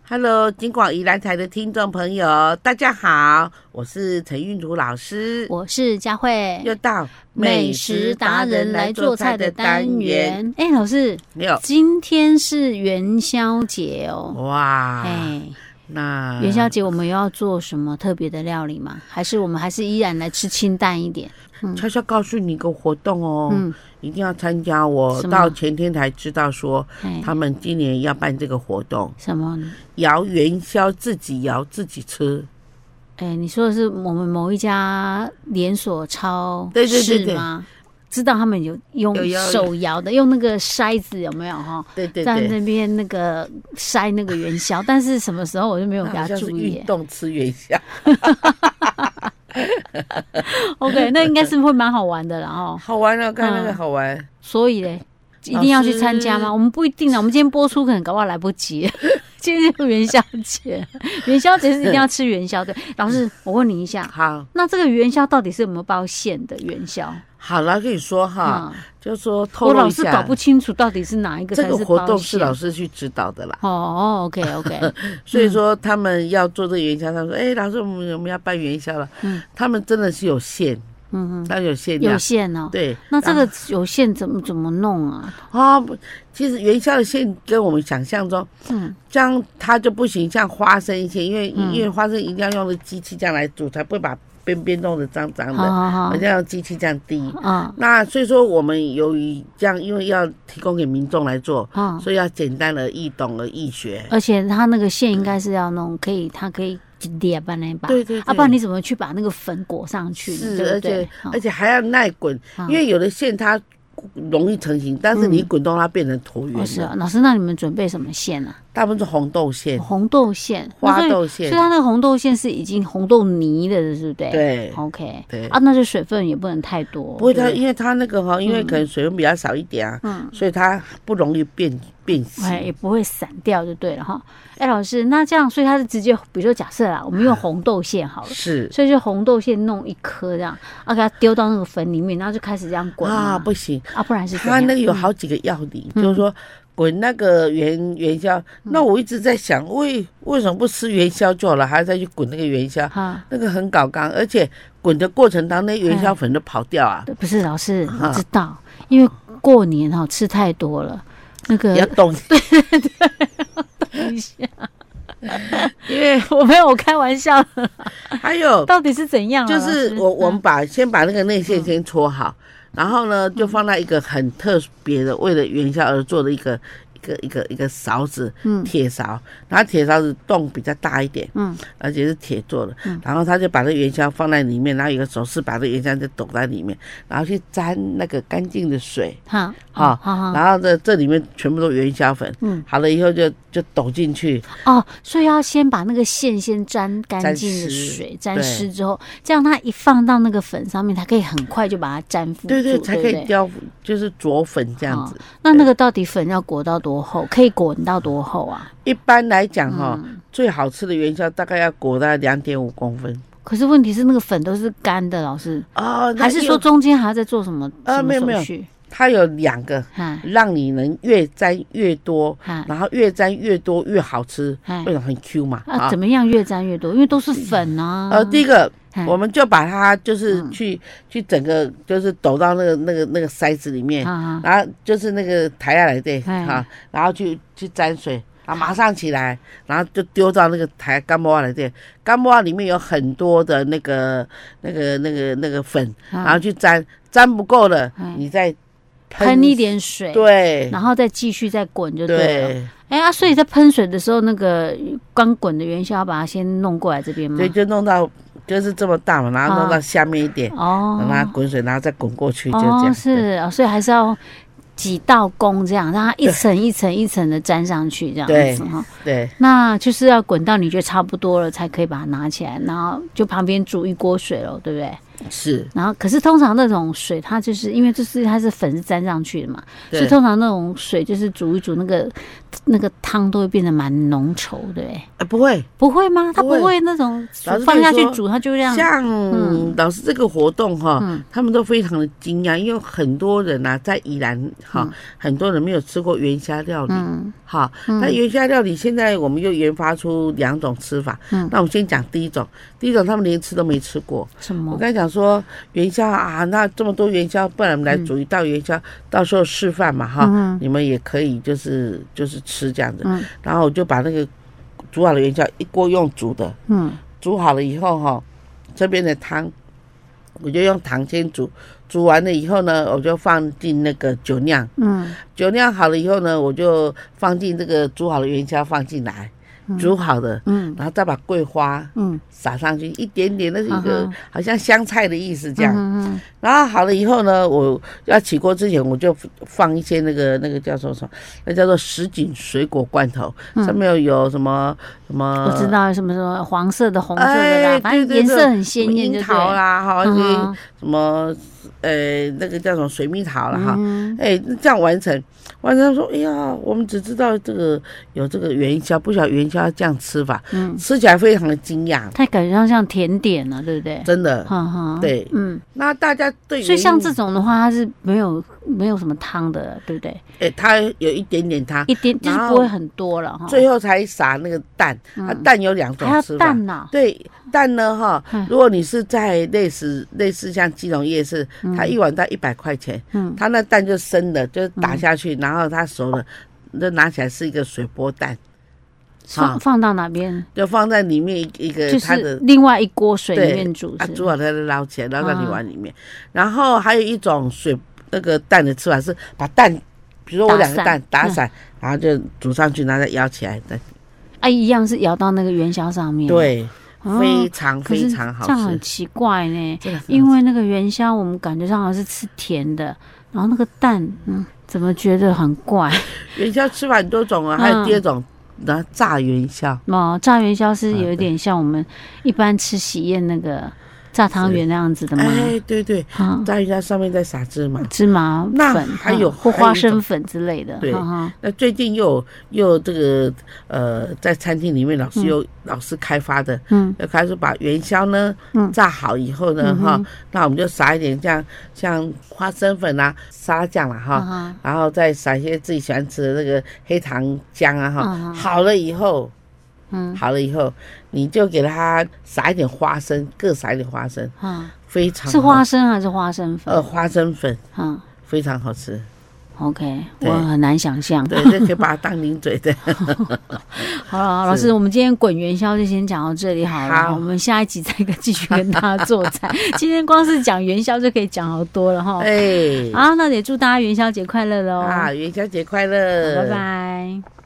Hello， 金广宜兰台的听众朋友，大家好，我是陈韵如老师， 我是佳慧， 又到美食达人来做菜的单元。哎，老师，今天是元宵节哦。 哇，那元宵节我们要做什么特别的料理吗？还是我们还是依然来吃清淡一点？ 悄悄告诉你一个活动哦，一定要参加。我到前天才知道说，他们今年要办这个活动。 什么呢？ 摇元宵，自己摇自己吃。 你说的是我们某一家连锁超市吗？知道他们有用手摇的，用那个筛子有没有哈？ 对， 在那边那个筛那个元宵，但是什么时候我就没有给他注意。 运动吃元宵。 OK， 那应该是会蛮好玩的啦哦。 好玩啊，看那个好玩。 所以嘞，一定要去参加吗？我们不一定啊，我们今天播出可能搞不好来不及。今天就元宵节，元宵节是一定要吃元宵的。老师，我问你一下， 好， 那这个元宵到底是有没有包馅的元宵？ 好了，跟你说哈，就是说透露一下， 我老是搞不清楚到底是哪一个才是包馅。 这个活动是老师去指导的啦。 哦 ，OK， 所以说他们要做这个元宵，他说：“老师，我们要办元宵了。”他们真的是有馅。它有馅料， 有馅哦。 对， 那这个有馅怎么弄啊？ 其实元宵的馅跟我们想象中，这样它就不行，像花生馅，因为花生一定要用的机器这样来煮，才不会把边边弄得脏脏的，而且要用机器这样滴。那所以说我们由于这样，因为要提供给民众来做，所以要简单而易懂而易学， 而且它那个馅应该是要弄，它可以。叠吧那把，对，不然你怎么去把那个粉裹上去呢？ 是，而且还要耐滚，因为有的馅它容易成型，但是你滚动它变成椭圆。 是啊，老师，那你们准备什么馅啊？ 大部分是红豆馅、 红豆馅、 花豆馅， 所以它那个红豆馅是已经红豆泥的，是不是？ 对 ，OK， 对啊，那就水分也不能太多。 不会，因为它那个因为可能水分比较少一点啊，所以它不容易变形， 也不会散掉就对了哈。老师，那这样，所以它是直接，比如说假设啦，我们用红豆馅好了， 是， 所以就红豆馅弄一颗这样，给它丢到那个粉里面，然后就开始这样滚不行不然是它那个有好几个要领，就是说。滚那个元宵，那我一直在想，为什么不吃元宵就好了，还要再去滚那个元宵？那个很搞刚，而且滚的过程当中，那元宵粉都跑掉啊！ 不是老师，我知道，因为过年吃太多了，那个要动， 对，动一下。 因为我开玩笑的。 还有到底是怎样？ 就是我们先把那个内馅先搓好。然后呢，就放在一个很特别的，为了元宵而做的一个勺子，铁勺，然后铁勺子洞比较大一点，而且是铁做的，然后他就把这元宵放在里面，然后有个手势把这元宵就抖在里面，然后去沾那个干净的水，然后这里面全部都元宵粉，好了以后就抖进去， 所以要先把那个馅先沾干净的水，沾湿之后，这样它一放到那个粉上面，它可以很快就把它粘附住， 对，才可以雕，就是着粉这样子。 那个到底粉要裹到多厚？可以滚到多厚啊？ 一般来讲最好吃的元宵大概要裹到2.5公分。 可是问题是那个粉都是干的，老师还是说中间还要再做什么没有它有2个，让你能越沾越多，然后越沾越多越好吃，为什么很 Q 嘛？ 怎么样越沾越多？因为都是粉啊。 第一个我们就把它就是去整个就是抖到那个筛子里面，然后就是那个抬下来对然后去沾水。马上起来，然后就丢到那个台干木瓦来对，干木瓦里面有很多的那个粉，然后去沾不够了，你再喷一点水， 对， 然后再继续再滚就对了。所以在喷水的时候，那个刚滚的元宵要把它先弄过来这边吗？ 对，就弄到就是这么大嘛，然后弄到下面一点，让它滚水，然后再滚过去，就这样。 所以还是要几道工这样，让它一层一层一层的粘上去，这样子哈。 对， 那就是要滚到你觉得差不多了，才可以把它拿起来，然后就旁边煮一锅水了，对不对？ 是， 然后可是通常那种水，它就是因为它是粉是沾上去的嘛，所以通常那种水就是煮一煮，那个汤都会变得蛮浓稠，对不对？ 不会吗？它不会那种放下去煮，它就这样。 像老师这个活动哈，他们都非常的惊讶，因为很多人啊在宜兰哈，很多人没有吃过元宵料理，好，那元宵料理现在我们又研发出2种吃法，那我们先讲第一种他们连吃都没吃过。 什么？ 我刚才讲说元宵啊，那这么多元宵，不然我们来煮一道元宵，到时候示范嘛哈，你们也可以就是吃这样子。然后我就把那个煮好的元宵一锅用煮的，煮好了以后哈，这边的汤我就用糖先煮，煮完了以后呢，我就放进那个酒酿，酒酿好了以后呢，我就放进这个煮好的元宵放进来。煮好的，然后再把桂花，撒上去一点点，那是一个好像香菜的意思这样。然后好了以后呢，我要起锅之前，我就放一些那个叫做什么？那叫做什锦水果罐头，上面有什么，我知道什么黄色的、红色的啦，反正颜色很鲜艳， 樱桃啦，哈，一些什么那个叫什么水蜜桃了哈，这样完成说，哎呀，我们只知道这个有这个元宵，不晓得元宵要这样吃法，吃起来非常的惊讶， 它感觉像甜点了，对不对？ 真的，对，那大家对， 所以像这种的话，它是没有什么汤的，对不对？ 它有一点点汤， 就是不会很多了哈。 最后才撒那个蛋，它蛋有2种吃法， 还有蛋啊， 对，蛋呢哈，如果你是在类似像基隆夜市，它一碗到100块钱，它那蛋就生的，就打下去，然后它熟了，就拿起来是一个水波蛋。 放到哪边？ 就放在里面一个它的另外一锅水里面煮， 煮好它就捞起来，捞到你碗里面。然后还有一种那个蛋的吃法是把蛋，比如说我2个蛋打散，然后就煮上去，然后再舀起来的。 一样是舀到那个元宵上面。 对，非常非常好吃。 这样很奇怪呢，因为那个元宵我们感觉上好像是吃甜的，然后那个蛋，怎么觉得很怪？ 元宵吃法很多种啊，还有第2种。然后炸元宵炸元宵是有一点像我们一般吃喜宴那个炸汤圆那样子的吗？ 对，炸元宵上面再撒芝麻粉， 还有或花生粉之类的。 对，那最近又这个在餐厅里面老师开发的，要开始把元宵呢炸好以后呢那我们就撒一点像花生粉啊、沙拉酱啦哈，然后再撒一些自己喜欢吃的那个黑糖浆啊哈，好了以后，你就给它撒一点花生，各撒一点花生，非常好。 是花生还是花生粉？ 花生粉，非常好吃。 OK， 我很难想象。 对，这可以把它当零嘴的。 好了，老师，我们今天滚元宵就先讲到这里好了。我们下一集再继续跟大家做菜。今天光是讲元宵就可以讲好多了哈。好，那也祝大家元宵节快乐喽！ 元宵节快乐， 拜拜。